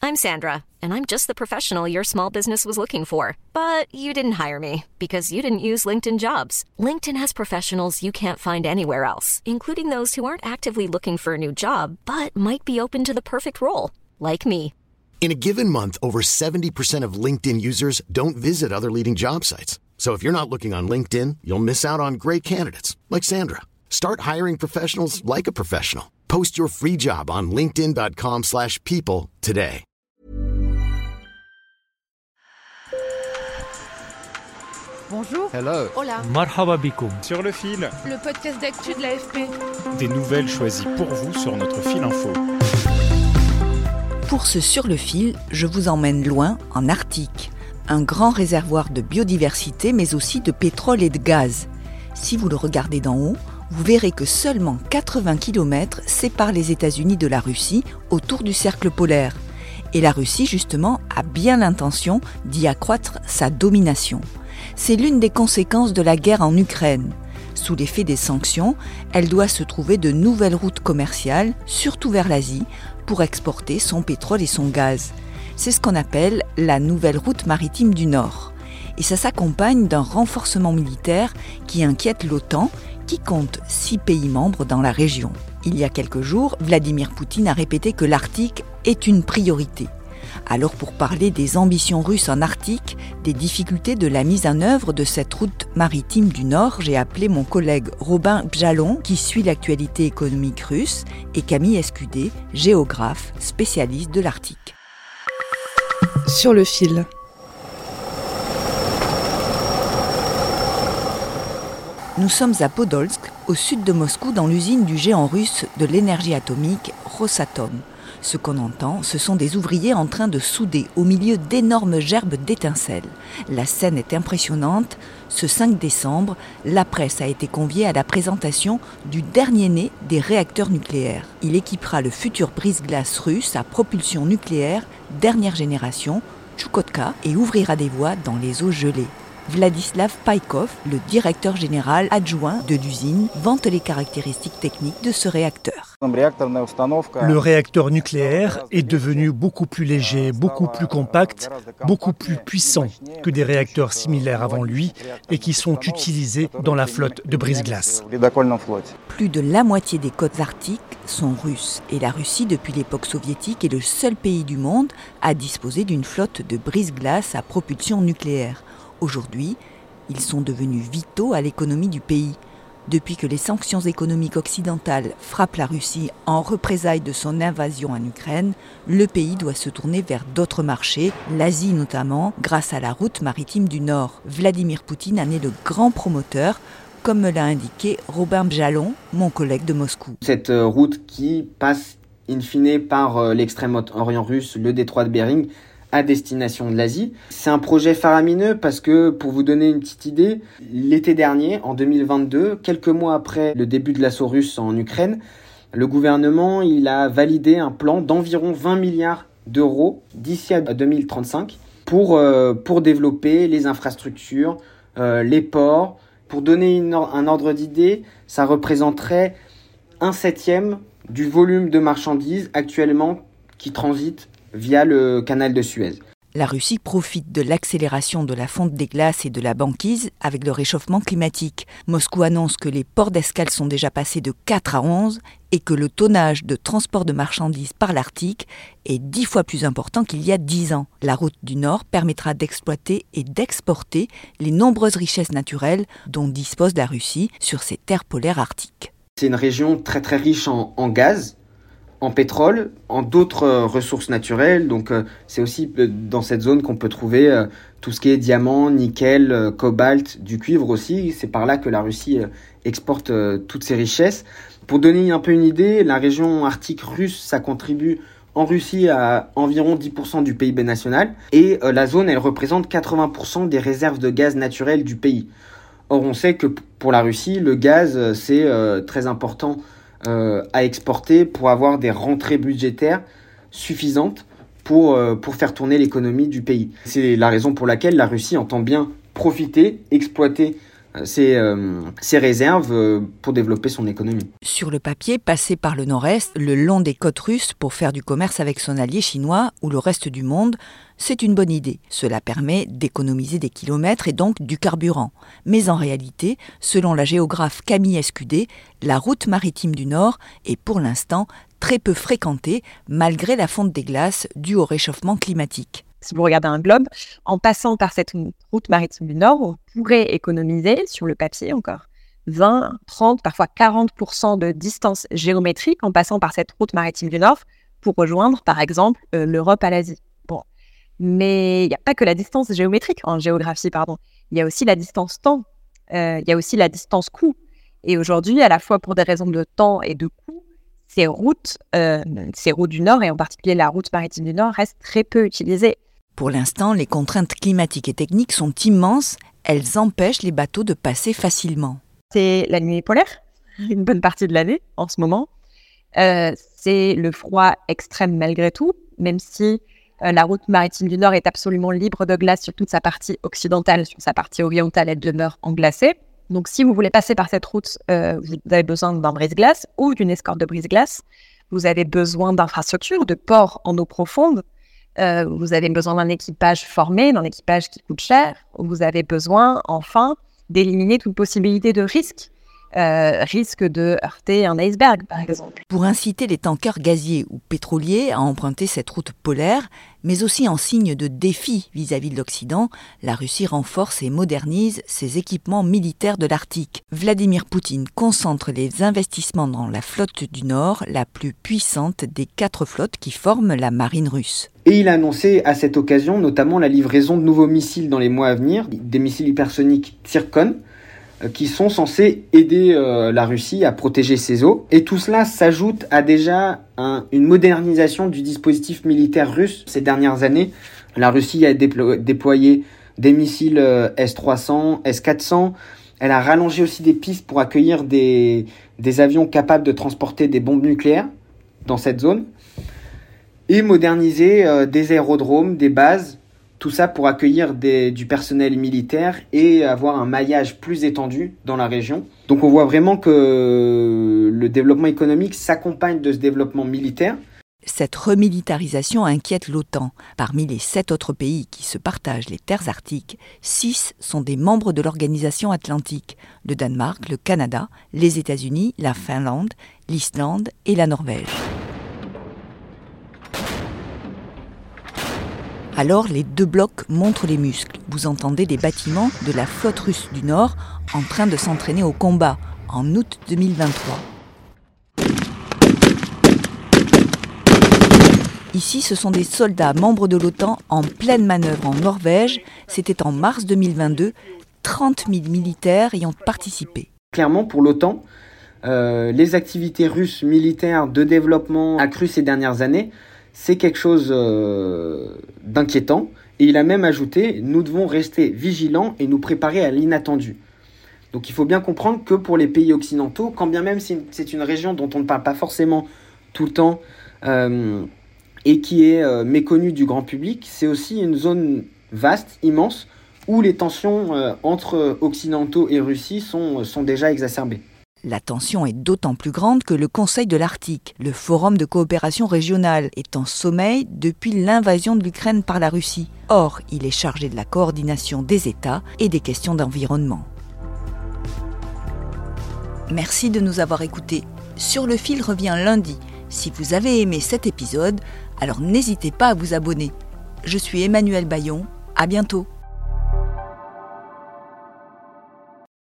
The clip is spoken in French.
I'm Sandra, and I'm just the professional your small business was looking for. But you didn't hire me because you didn't use LinkedIn Jobs. LinkedIn has professionals you can't find anywhere else, including those who aren't actively looking for a new job, but might be open to the perfect role, like me. In a given month, over 70% of LinkedIn users don't visit other leading job sites. So if you're not looking on LinkedIn, you'll miss out on great candidates like Sandra. Start hiring professionals like a professional. Post your free job on linkedin.com/people today. Bonjour. Hello. Hola. Marhaba bikoum. Sur le fil. Le podcast d'actu de l'AFP. Des nouvelles choisies pour vous sur notre fil info. Pour ce Sur le fil, je vous emmène loin, en Arctique. Un grand réservoir de biodiversité, mais aussi de pétrole et de gaz. Si vous le regardez d'en haut, vous verrez que seulement 80 km séparent les États-Unis de la Russie autour du cercle polaire. Et la Russie, justement, a bien l'intention d'y accroître sa domination. C'est l'une des conséquences de la guerre en Ukraine. Sous l'effet des sanctions, elle doit se trouver de nouvelles routes commerciales, surtout vers l'Asie, pour exporter son pétrole et son gaz. C'est ce qu'on appelle la nouvelle route maritime du Nord. Et ça s'accompagne d'un renforcement militaire qui inquiète l'OTAN, qui compte 6 pays membres dans la région. Il y a quelques jours, Vladimir Poutine a répété que l'Arctique est une priorité. Alors pour parler des ambitions russes en Arctique, des difficultés de la mise en œuvre de cette route maritime du Nord, j'ai appelé mon collègue Robin Bjalon, qui suit l'actualité économique russe, et Camille Escudé, géographe, spécialiste de l'Arctique. Sur le fil. Nous sommes à Podolsk, au sud de Moscou, dans l'usine du géant russe de l'énergie atomique Rosatom. Ce qu'on entend, ce sont des ouvriers en train de souder au milieu d'énormes gerbes d'étincelles. La scène est impressionnante. Ce 5 décembre, la presse a été conviée à la présentation du dernier né des réacteurs nucléaires. Il équipera le futur brise-glace russe à propulsion nucléaire dernière génération, Chukotka, et ouvrira des voies dans les eaux gelées. Vladislav Paikov, le directeur général adjoint de l'usine, vante les caractéristiques techniques de ce réacteur. Le réacteur nucléaire est devenu beaucoup plus léger, beaucoup plus compact, beaucoup plus puissant que des réacteurs similaires avant lui et qui sont utilisés dans la flotte de brise-glace. Plus de la moitié des côtes arctiques sont russes et la Russie, depuis l'époque soviétique, est le seul pays du monde à disposer d'une flotte de brise-glace à propulsion nucléaire. Aujourd'hui, ils sont devenus vitaux à l'économie du pays. Depuis que les sanctions économiques occidentales frappent la Russie en représailles de son invasion en Ukraine, le pays doit se tourner vers d'autres marchés, l'Asie notamment, grâce à la route maritime du Nord. Vladimir Poutine en est le grand promoteur, comme me l'a indiqué Robin Bjalon, mon collègue de Moscou. Cette route qui passe in fine par l'extrême-orient russe, le détroit de Bering, à destination de l'Asie. C'est un projet faramineux parce que, pour vous donner une petite idée, l'été dernier, en 2022, quelques mois après le début de l'assaut russe en Ukraine, le gouvernement il a validé un plan d'environ 20 milliards d'euros d'ici à 2035 pour développer les infrastructures, les ports. Pour donner un ordre d'idée, ça représenterait 1/7 du volume de marchandises actuellement qui transitent via le canal de Suez. La Russie profite de l'accélération de la fonte des glaces et de la banquise avec le réchauffement climatique. Moscou annonce que les ports d'escale sont déjà passés de 4 à 11 et que le tonnage de transport de marchandises par l'Arctique est 10 fois plus important qu'il y a 10 ans. La route du Nord permettra d'exploiter et d'exporter les nombreuses richesses naturelles dont dispose la Russie sur ses terres polaires arctiques. C'est une région très très riche en gaz, en pétrole, en d'autres ressources naturelles. Donc c'est aussi dans cette zone qu'on peut trouver tout ce qui est diamant, nickel, cobalt, du cuivre aussi. C'est par là que la Russie exporte toutes ces richesses. Pour donner un peu une idée, la région arctique russe, ça contribue en Russie à environ 10% du PIB national. Et la zone, elle représente 80% des réserves de gaz naturel du pays. Or, on sait que pour la Russie, le gaz, c'est très important à exporter pour avoir des rentrées budgétaires suffisantes pour faire tourner l'économie du pays. C'est la raison pour laquelle la Russie entend bien profiter, exploiter ses réserves pour développer son économie. Sur le papier, passer par le nord-est, le long des côtes russes pour faire du commerce avec son allié chinois ou le reste du monde, c'est une bonne idée. Cela permet d'économiser des kilomètres et donc du carburant. Mais en réalité, selon la géographe Camille Escudé, la route maritime du Nord est pour l'instant très peu fréquentée malgré la fonte des glaces due au réchauffement climatique. Si vous regardez un globe, en passant par cette route maritime du Nord, on pourrait économiser, sur le papier encore, 20, 30, parfois 40% de distance géométrique en passant par cette route maritime du Nord pour rejoindre, par exemple, l'Europe à l'Asie. Bon. Mais il n'y a pas que la distance géométrique en géographie, Il y a aussi la distance temps, il y a aussi la distance coût. Et aujourd'hui, à la fois pour des raisons de temps et de coût, ces routes du Nord, et en particulier la route maritime du Nord, restent très peu utilisées. Pour l'instant, les contraintes climatiques et techniques sont immenses. Elles empêchent les bateaux de passer facilement. C'est la nuit polaire, une bonne partie de l'année en ce moment. C'est le froid extrême malgré tout, même si la route maritime du Nord est absolument libre de glace sur toute sa partie occidentale. Sur sa partie orientale, elle demeure englacée. Donc si vous voulez passer par cette route, vous avez besoin d'un brise-glace ou d'une escorte de brise-glace. Vous avez besoin d'infrastructures, de ports en eau profonde. Vous avez besoin d'un équipage formé, d'un équipage qui coûte cher. Vous avez besoin, enfin, d'éliminer toute possibilité de risque. Risque de heurter un iceberg, par exemple. Pour inciter les tankers gaziers ou pétroliers à emprunter cette route polaire, mais aussi en signe de défi vis-à-vis de l'Occident, la Russie renforce et modernise ses équipements militaires de l'Arctique. Vladimir Poutine concentre les investissements dans la flotte du Nord, la plus puissante des 4 flottes qui forment la marine russe. Et il a annoncé à cette occasion notamment la livraison de nouveaux missiles dans les mois à venir, des missiles hypersoniques Tsirkon, qui sont censés aider la Russie à protéger ses eaux. Et tout cela s'ajoute à déjà une modernisation du dispositif militaire russe ces dernières années. La Russie a déployé des missiles S-300, S-400. Elle a rallongé aussi des pistes pour accueillir des avions capables de transporter des bombes nucléaires dans cette zone. Et moderniser des aérodromes, des bases. Tout ça pour accueillir du personnel militaire et avoir un maillage plus étendu dans la région. Donc on voit vraiment que le développement économique s'accompagne de ce développement militaire. Cette remilitarisation inquiète l'OTAN. Parmi les 7 autres pays qui se partagent les terres arctiques, 6 sont des membres de l'organisation atlantique. Le Danemark, le Canada, les États-Unis, la Finlande, l'Islande et la Norvège. Alors les 2 blocs montrent les muscles. Vous entendez des bâtiments de la flotte russe du Nord en train de s'entraîner au combat en août 2023. Ici, ce sont des soldats membres de l'OTAN en pleine manœuvre en Norvège. C'était en mars 2022. 30 000 militaires y ont participé. Clairement, pour l'OTAN, les activités russes militaires de développement accrues ces dernières années, c'est quelque chose d'inquiétant. Et il a même ajouté « Nous devons rester vigilants et nous préparer à l'inattendu ». Donc il faut bien comprendre que pour les pays occidentaux, quand bien même c'est une région dont on ne parle pas forcément tout le temps et qui est méconnue du grand public, c'est aussi une zone vaste, immense, où les tensions entre occidentaux et Russie sont déjà exacerbées. La tension est d'autant plus grande que le Conseil de l'Arctique, le forum de coopération régionale, est en sommeil depuis l'invasion de l'Ukraine par la Russie. Or, il est chargé de la coordination des États et des questions d'environnement. Merci de nous avoir écoutés. Sur le fil revient lundi. Si vous avez aimé cet épisode, alors n'hésitez pas à vous abonner. Je suis Emmanuelle Bayon. À bientôt.